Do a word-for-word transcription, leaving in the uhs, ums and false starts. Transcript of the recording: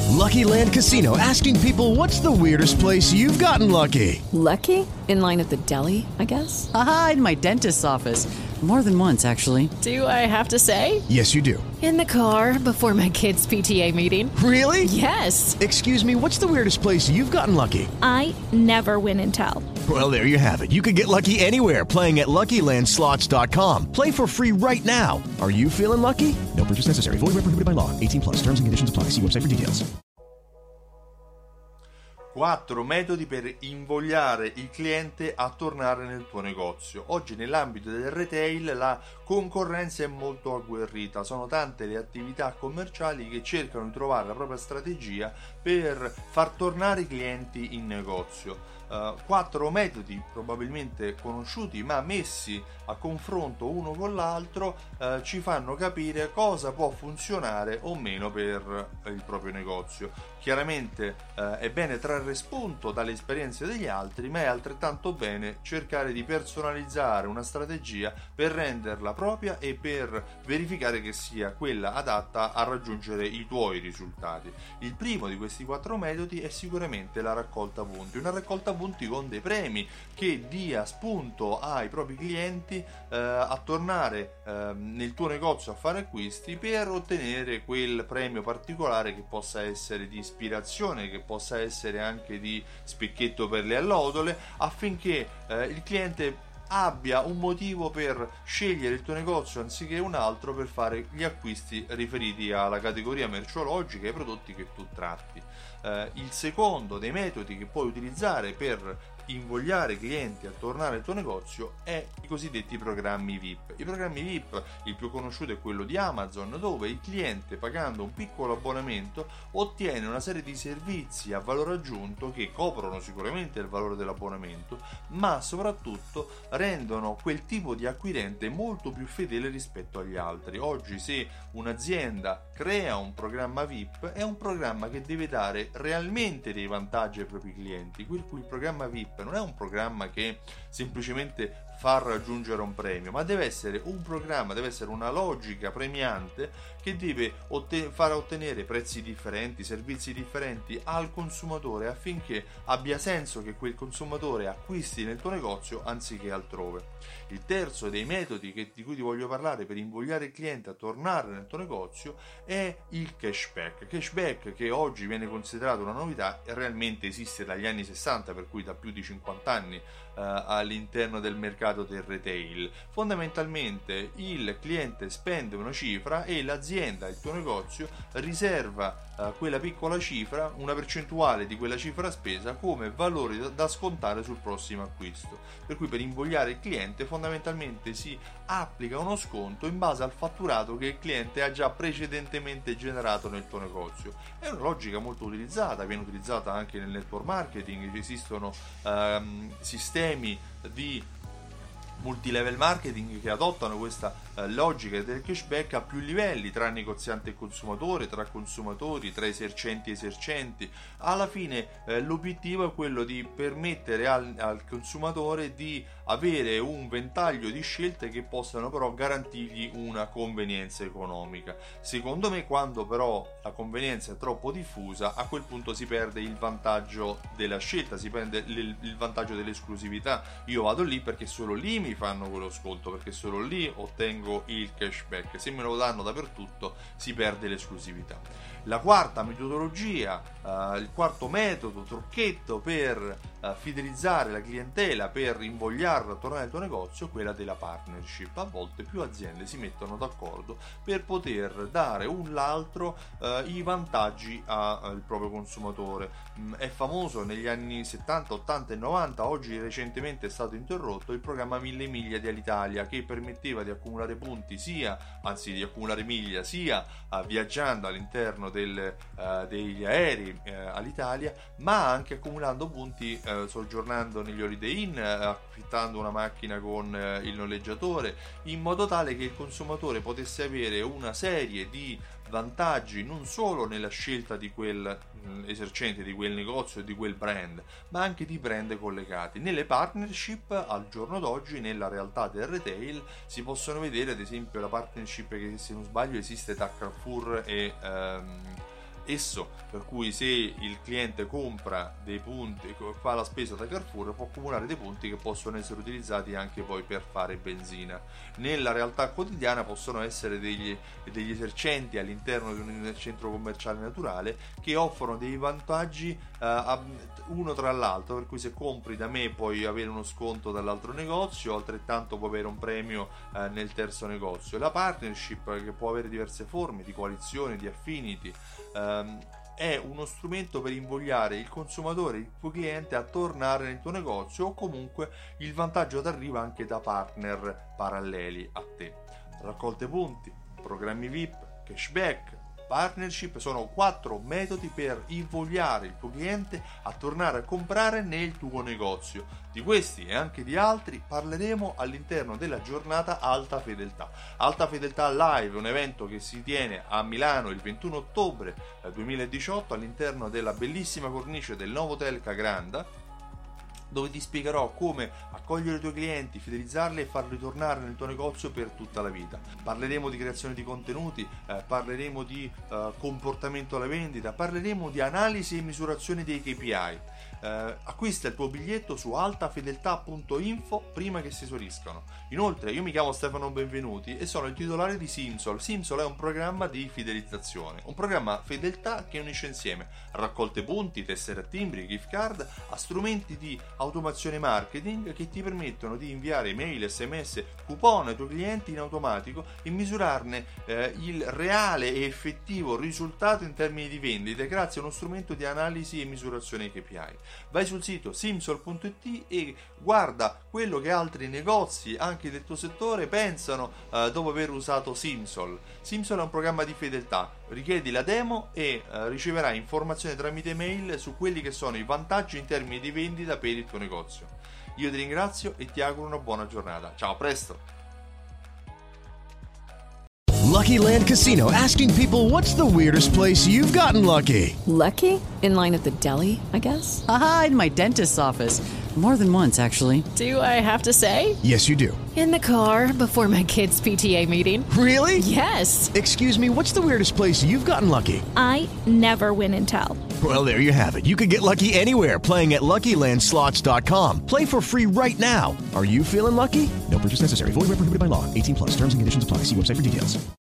Lucky Land Casino, asking people, what's the weirdest place you've gotten lucky? Lucky? In line at the deli, I guess? Aha, in my dentist's office. More than once, actually. Do I have to say? Yes, you do. In the car before my kids' P T A meeting. Really? Yes. Excuse me, what's the weirdest place you've gotten lucky? I never win and tell. Well, there you have it. You can get lucky anywhere, playing at Lucky Land Slots dot com. Play for free right now. Are you feeling lucky? No purchase necessary. Void where prohibited by law. eighteen plus. Terms and conditions apply. See website for details. Quattro metodi per invogliare il cliente a tornare nel tuo negozio. Oggi nell'ambito del retail la concorrenza è molto agguerrita, sono tante le attività commerciali che cercano di trovare la propria strategia per far tornare i clienti in negozio. Uh, quattro metodi probabilmente conosciuti ma messi a confronto uno con l'altro uh, ci fanno capire cosa può funzionare o meno per il proprio negozio. Chiaramente uh, è bene trarre spunto dalle esperienze degli altri, ma è altrettanto bene cercare di personalizzare una strategia per renderla propria e per verificare che sia quella adatta a raggiungere i tuoi risultati. Il primo di questi quattro metodi è sicuramente la raccolta punti, una raccolta punti con dei premi che dia spunto ai propri clienti eh, a tornare eh, nel tuo negozio a fare acquisti per ottenere quel premio particolare che possa essere di ispirazione, che possa essere anche di specchietto per le allodole, affinché eh, il cliente abbia un motivo per scegliere il tuo negozio anziché un altro per fare gli acquisti riferiti alla categoria merceologica e ai prodotti che tu tratti. Eh, il secondo dei metodi che puoi utilizzare per invogliare i clienti a tornare al tuo negozio è i cosiddetti programmi V I P. I programmi V I P, il più conosciuto è quello di Amazon, dove il cliente, pagando un piccolo abbonamento, ottiene una serie di servizi a valore aggiunto che coprono sicuramente il valore dell'abbonamento, ma soprattutto rendono quel tipo di acquirente molto più fedele rispetto agli altri. Oggi, se un'azienda crea un programma V I P, è un programma che deve dare realmente dei vantaggi ai propri clienti, per cui il programma V I P non è un programma che semplicemente fa raggiungere un premio, ma deve essere un programma, deve essere una logica premiante che deve otten- far ottenere prezzi differenti, servizi differenti al consumatore, affinché abbia senso che quel consumatore acquisti nel tuo negozio anziché altrove. Il terzo dei metodi che, di cui ti voglio parlare per invogliare il cliente a tornare nel tuo negozio è il cashback. Cashback, che oggi viene considerato una novità, realmente esiste dagli anni sessanta, per cui da più di cinquanta anni eh, all'interno del mercato del retail. Fondamentalmente il cliente spende una cifra e l'azienda, il tuo negozio, riserva uh, quella piccola cifra, una percentuale di quella cifra spesa, come valore da, da scontare sul prossimo acquisto. Per cui per invogliare il cliente fondamentalmente si applica uno sconto in base al fatturato che il cliente ha già precedentemente generato nel tuo negozio. È una logica molto utilizzata, viene utilizzata anche nel network marketing, esistono um, sistemi di multilevel marketing che adottano questa eh, logica del cashback a più livelli, tra negoziante e consumatore, tra consumatori, tra esercenti e esercenti. Alla fine eh, l'obiettivo è quello di permettere al, al consumatore di avere un ventaglio di scelte che possano però garantirgli una convenienza economica. Secondo me, quando però la convenienza è troppo diffusa, a quel punto si perde il vantaggio della scelta, si perde il, il vantaggio dell'esclusività. Io vado lì perché solo lì mi fanno quello sconto, perché solo lì ottengo il cashback. Se me lo danno dappertutto si perde l'esclusività. La quarta metodologia, uh, il quarto metodo, trucchetto per uh, fidelizzare la clientela, per invogliarla a tornare al tuo negozio, è quella della partnership. A volte più aziende si mettono d'accordo per poter dare un l'altro uh, i vantaggi al proprio consumatore. Mm, è famoso negli anni settanta, ottanta e novanta, oggi recentemente è stato interrotto, il programma Mille Miglia di Alitalia, che permetteva di accumulare punti sia, anzi di accumulare miglia, sia uh, viaggiando all'interno del, uh, degli aerei uh, all'Italia, ma anche accumulando punti uh, soggiornando negli Holiday Inn, uh, affittando una macchina con uh, il noleggiatore, in modo tale che il consumatore potesse avere una serie di vantaggi non solo nella scelta di quel mh, esercente, di quel negozio, di quel brand, ma anche di brand collegati. Nelle partnership al giorno d'oggi, nella realtà del retail, si possono vedere ad esempio la partnership che, se non sbaglio, esiste tra Carrefour e, ehm, esso, per cui se il cliente compra dei punti, fa la spesa da Carrefour, può accumulare dei punti che possono essere utilizzati anche poi per fare benzina. Nella realtà quotidiana possono essere degli, degli esercenti all'interno di un centro commerciale naturale che offrono dei vantaggi uh, uno tra l'altro, per cui se compri da me puoi avere uno sconto dall'altro negozio, altrettanto puoi avere un premio uh, nel terzo negozio. La partnership, che può avere diverse forme di coalizione, di affinity, um, è uno strumento per invogliare il consumatore, il tuo cliente, a tornare nel tuo negozio, o comunque il vantaggio arriva anche da partner paralleli a te. Raccolte punti, programmi V I P, cashback, partnership sono quattro metodi per invogliare il tuo cliente a tornare a comprare nel tuo negozio. Di questi e anche di altri parleremo all'interno della giornata Alta Fedeltà. Alta Fedeltà Live, un evento che si tiene a Milano il ventuno ottobre duemiladiciotto all'interno della bellissima cornice del Novotel Cagranda, dove ti spiegherò come accogliere i tuoi clienti, fidelizzarli e farli tornare nel tuo negozio per tutta la vita. Parleremo di creazione di contenuti, eh, parleremo di eh, comportamento alla vendita, parleremo di analisi e misurazione dei K P I. Eh, acquista il tuo biglietto su altafedeltà punto info prima che si esauriscano. Inoltre, io mi chiamo Stefano Benvenuti e sono il titolare di Simsol. Simsol è un programma di fidelizzazione, un programma fedeltà che unisce insieme raccolte punti, tessere a timbri, gift card, a strumenti di automazione marketing che ti permettono di inviare email, sms, coupon ai tuoi clienti in automatico e misurarne eh, il reale e effettivo risultato in termini di vendite grazie a uno strumento di analisi e misurazione K P I. Vai sul sito simsol punto it e guarda quello che altri negozi anche del tuo settore pensano eh, dopo aver usato Simsol. Simsol è un programma di fedeltà. Richiedi la demo e eh, riceverai informazioni tramite mail su quelli che sono i vantaggi in termini di vendita per il tuo negozio. Io ti ringrazio e ti auguro una buona giornata. Ciao, a presto! Lucky Land Casino, asking people, what's the weirdest place you've gotten lucky? Lucky? In line at the deli, I guess? Aha, in my dentist's office. More than once, actually. Do I have to say? Yes, you do. In the car before my kids' P T A meeting. Really? Yes. Excuse me, what's the weirdest place you've gotten lucky? I never win and tell. Well, there you have it. You can get lucky anywhere, playing at lucky land slots dot com. Play for free right now. Are you feeling lucky? No purchase necessary. Void where prohibited by law. eighteen plus. Terms and conditions apply. See website for details.